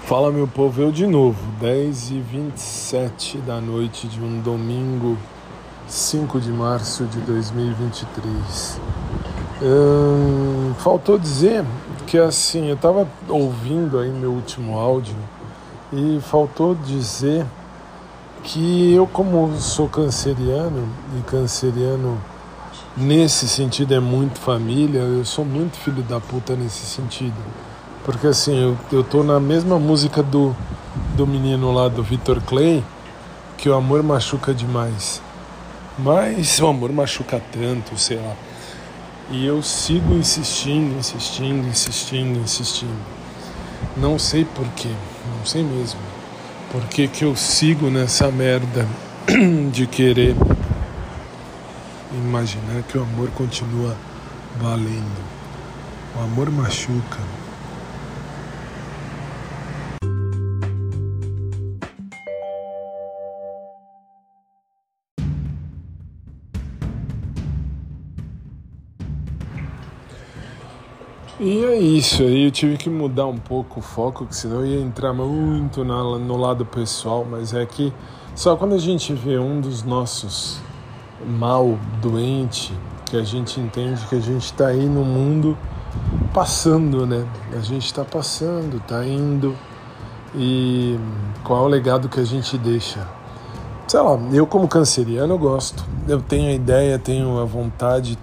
Fala, meu povo, eu de novo, 10h27 da noite de um domingo, 5 de março de 2023. Faltou dizer que assim, eu tava ouvindo aí meu último áudio e faltou dizer que eu, como sou canceriano, e canceriano nesse sentido é muito família, eu sou muito filho da puta nesse sentido. Porque assim, eu tô na mesma música do menino lá, do Vitor Clay, que o amor machuca demais. Mas o amor machuca tanto, sei lá. E eu sigo insistindo. Não sei porquê, não sei mesmo. Por que eu sigo nessa merda de querer imaginar que o amor continua valendo. O amor machuca. E é isso aí, eu tive que mudar um pouco o foco, que senão eu ia entrar muito no lado pessoal, mas é que só quando a gente vê um dos nossos mal doente, que a gente entende que a gente tá aí no mundo passando, né? A gente tá passando, tá indo, e qual é o legado que a gente deixa? Sei lá, eu como canceriano eu gosto, eu tenho a ideia, tenho a vontade,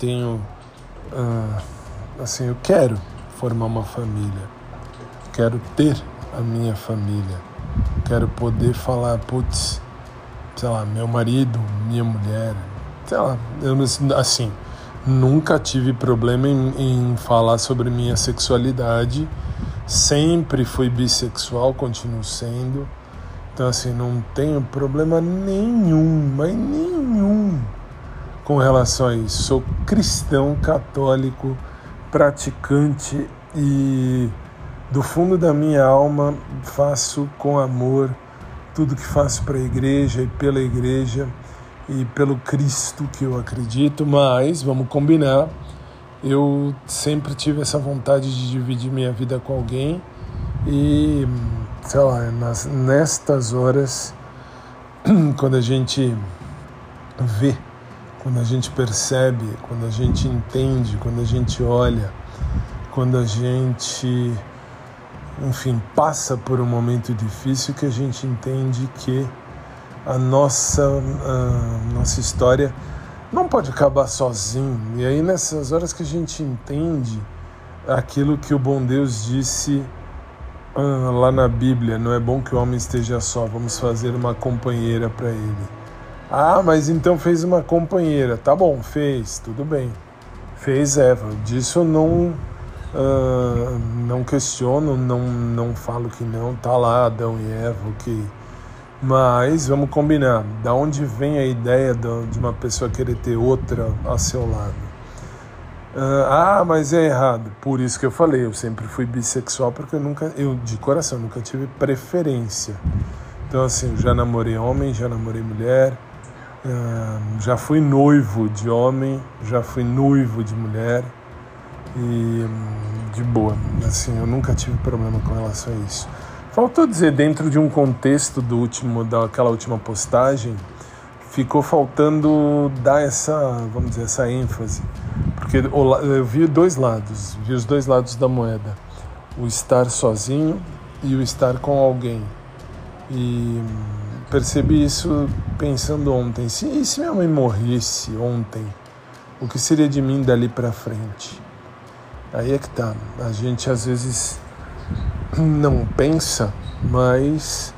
assim, eu quero formar uma família, quero ter a minha família, quero poder falar, putz, sei lá, meu marido, minha mulher, sei lá, eu assim, nunca tive problema em falar sobre minha sexualidade, sempre fui bissexual, continuo sendo, então assim, não tenho problema nenhum, mas nenhum com relação a isso. Sou cristão, católico, praticante e do fundo da minha alma faço com amor tudo que faço para a igreja e pela igreja e pelo Cristo que eu acredito, mas vamos combinar, eu sempre tive essa vontade de dividir minha vida com alguém e, sei lá, nestas horas, quando a gente vê, quando a gente percebe, quando a gente entende, quando a gente olha, quando a gente, enfim, passa por um momento difícil, que a gente entende que a nossa história não pode acabar sozinho. E aí nessas horas que a gente entende aquilo que o bom Deus disse lá na Bíblia, não é bom que o homem esteja só, vamos fazer uma companheira para ele. Ah, mas então fez uma companheira. Tá bom, fez, tudo bem. Fez Eva. Disso não questiono, não falo que não. Tá lá Adão e Eva, ok. Mas vamos combinar. Da onde vem a ideia de uma pessoa querer ter outra a seu lado? Mas é errado. Por isso que eu falei, eu sempre fui bissexual, porque eu de coração nunca tive preferência. Então assim, já namorei homem, já namorei mulher. Já fui noivo de homem, já fui noivo de mulher e de boa, assim, eu nunca tive problema com relação a isso. Faltou dizer, dentro de um contexto daquela última postagem, ficou faltando dar vamos dizer, essa ênfase, porque eu vi os dois lados da moeda, o estar sozinho e o estar com alguém. E percebi isso pensando ontem. E se minha mãe morresse ontem, o que seria de mim dali pra frente? Aí é que tá. A gente às vezes não pensa, mas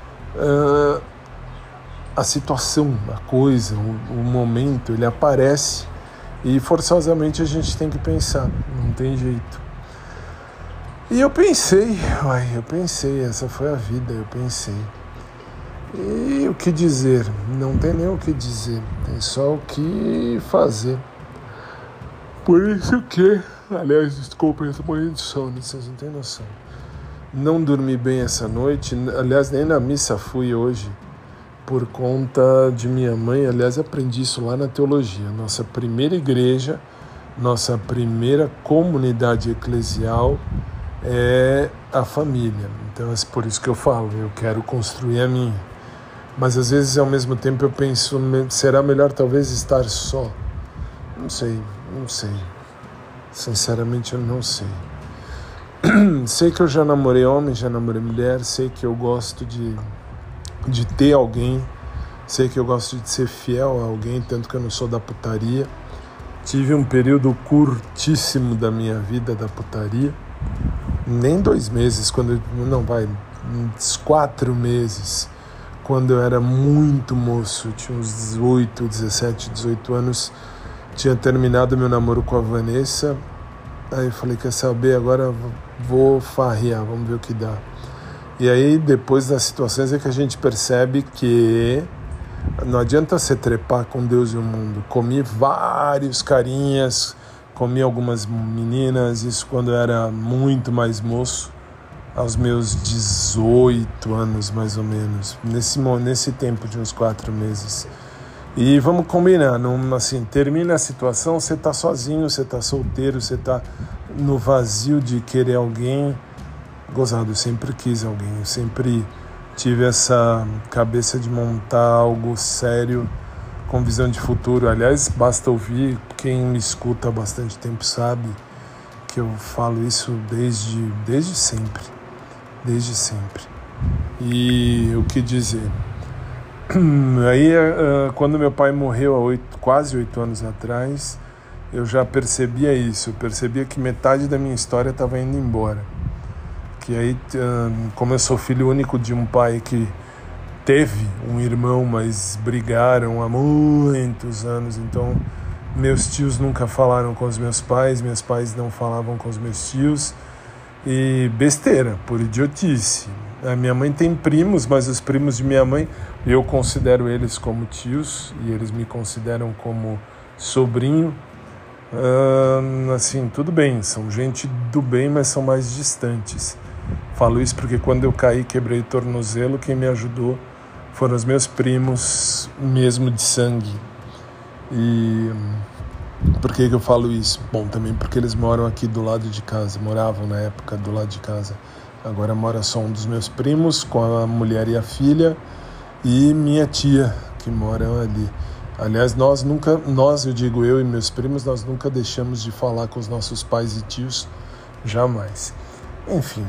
a situação, a coisa, o momento, ele aparece e forçosamente a gente tem que pensar. Não tem jeito. E eu pensei, essa foi a vida, eu pensei. E o que dizer? Não tem nem o que dizer, tem só o que fazer. Por isso que, aliás, desculpa, eu tô morrendo de sono, vocês não têm noção. Não dormi bem essa noite, aliás, nem na missa fui hoje, por conta de minha mãe. Aliás, aprendi isso lá na teologia. Nossa primeira igreja, nossa primeira comunidade eclesial é a família. Então é por isso que eu falo, eu quero construir a minha. Mas às vezes ao mesmo tempo eu penso, será melhor talvez estar só? Não sei. Sinceramente eu não sei. Sei que eu já namorei homem, já namorei mulher, sei que eu gosto de ter alguém, sei que eu gosto de ser fiel a alguém, tanto que eu não sou da putaria. Tive um período curtíssimo da minha vida da putaria, nem 2 meses, uns 4 meses, quando eu era muito moço, tinha uns 17, 18 anos, tinha terminado meu namoro com a Vanessa. Aí eu falei, quer saber, agora vou farrear, vamos ver o que dá. E aí depois das situações é que a gente percebe que não adianta você trepar com Deus e o mundo. Comi vários carinhas, comi algumas meninas, isso quando eu era muito mais moço, aos meus 18 anos mais ou menos, nesse tempo de uns 4 meses. E vamos combinar, assim, termina a situação, você tá sozinho, você tá solteiro, você tá no vazio de querer alguém. Gozado, eu sempre quis alguém, eu sempre tive essa cabeça de montar algo sério, com visão de futuro. Aliás, basta ouvir, quem me escuta há bastante tempo sabe que eu falo isso desde sempre. E o que dizer? Aí, quando meu pai morreu há quase 8 anos atrás, eu já percebia isso. Eu percebia que metade da minha história estava indo embora. Que aí, como eu sou filho único de um pai que teve um irmão, mas brigaram há muitos anos, então meus tios nunca falaram com os meus pais não falavam com os meus tios, e besteira, por idiotice. A minha mãe tem primos, mas os primos de minha mãe, eu considero eles como tios e eles me consideram como sobrinho. Assim, tudo bem, são gente do bem, mas são mais distantes. Falo isso porque quando eu caí, quebrei o tornozelo, quem me ajudou foram os meus primos, mesmo de sangue. E por que eu falo isso? Bom, também porque eles moram aqui do lado de casa, moravam na época do lado de casa. Agora mora só um dos meus primos, com a mulher e a filha, e minha tia, que mora ali. Aliás, eu digo eu e meus primos, nós nunca deixamos de falar com os nossos pais e tios, jamais. Enfim,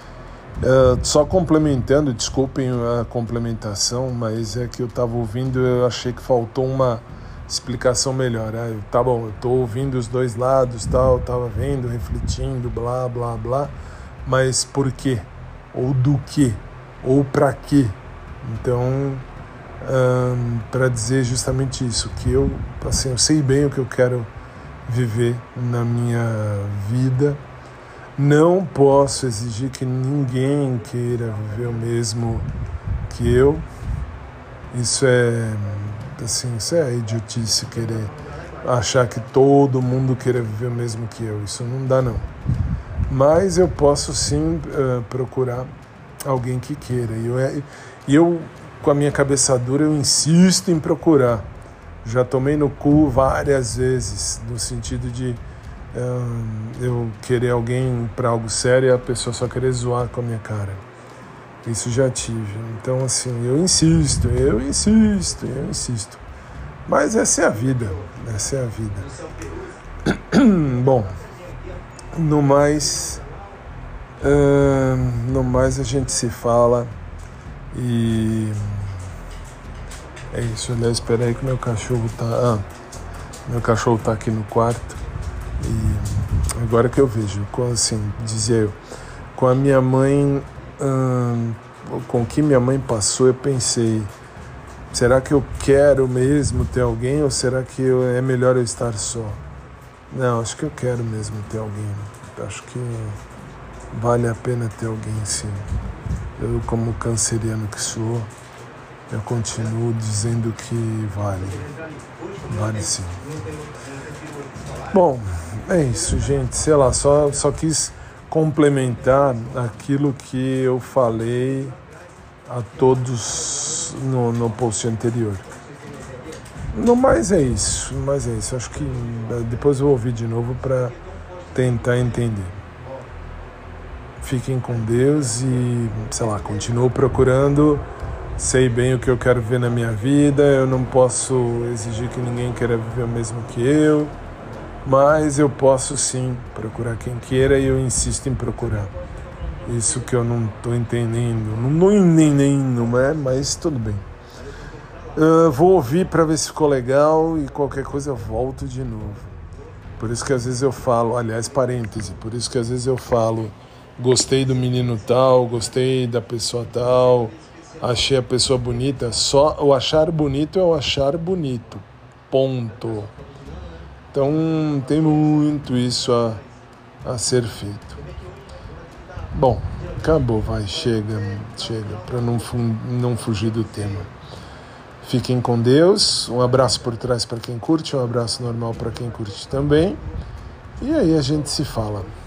só complementando, desculpem a complementação, mas é que eu estava ouvindo, eu achei que faltou uma explicação melhor. Tá bom, eu estou ouvindo os dois lados, estava vendo, refletindo, blá, blá, blá, mas por quê? Ou do quê? Ou para quê? Então, para dizer justamente isso, que eu sei bem o que eu quero viver na minha vida. Não posso exigir que ninguém queira viver o mesmo que eu. Isso é idiotice, querer achar que todo mundo queira viver o mesmo que eu. Isso não dá, não. Mas eu posso sim procurar alguém que queira. E eu, com a minha cabeça dura, eu insisto em procurar. Já tomei no cu várias vezes, no sentido de eu querer alguém para algo sério e a pessoa só querer zoar com a minha cara. Isso já tive. Então, assim, eu insisto. Mas essa é a vida. Bom, no mais a gente se fala e é isso. Aliás, espera aí que meu cachorro tá aqui no quarto. E agora que eu vejo, assim, dizia eu, com a minha mãe, com o que minha mãe passou, eu pensei, será que eu quero mesmo ter alguém ou será que é melhor eu estar só? Não, acho que eu quero mesmo ter alguém. Acho que vale a pena ter alguém, sim. Eu, como canceriano que sou, eu continuo dizendo que vale sim. Bom, é isso, gente. Sei lá, só quis complementar aquilo que eu falei a todos no post anterior. No mais é isso. Acho que depois eu vou ouvir de novo para tentar entender. fiquem com Deus e, sei lá, continuo procurando, sei bem o que eu quero ver na minha vida, eu não posso exigir que ninguém queira viver o mesmo que eu, mas eu posso sim procurar quem queira e eu insisto em procurar. Isso que eu não estou entendendo, mas tudo bem. Vou ouvir para ver se ficou legal e qualquer coisa eu volto de novo. Por isso que às vezes eu falo, aliás, parêntese, por isso que às vezes eu falo, gostei do menino tal, gostei da pessoa tal, achei a pessoa bonita. Só o achar bonito é o achar bonito, ponto. Então tem muito isso a ser feito. Bom, acabou, vai, chega, para não fugir do tema. Fiquem com Deus, um abraço por trás para quem curte, um abraço normal para quem curte também. E aí a gente se fala.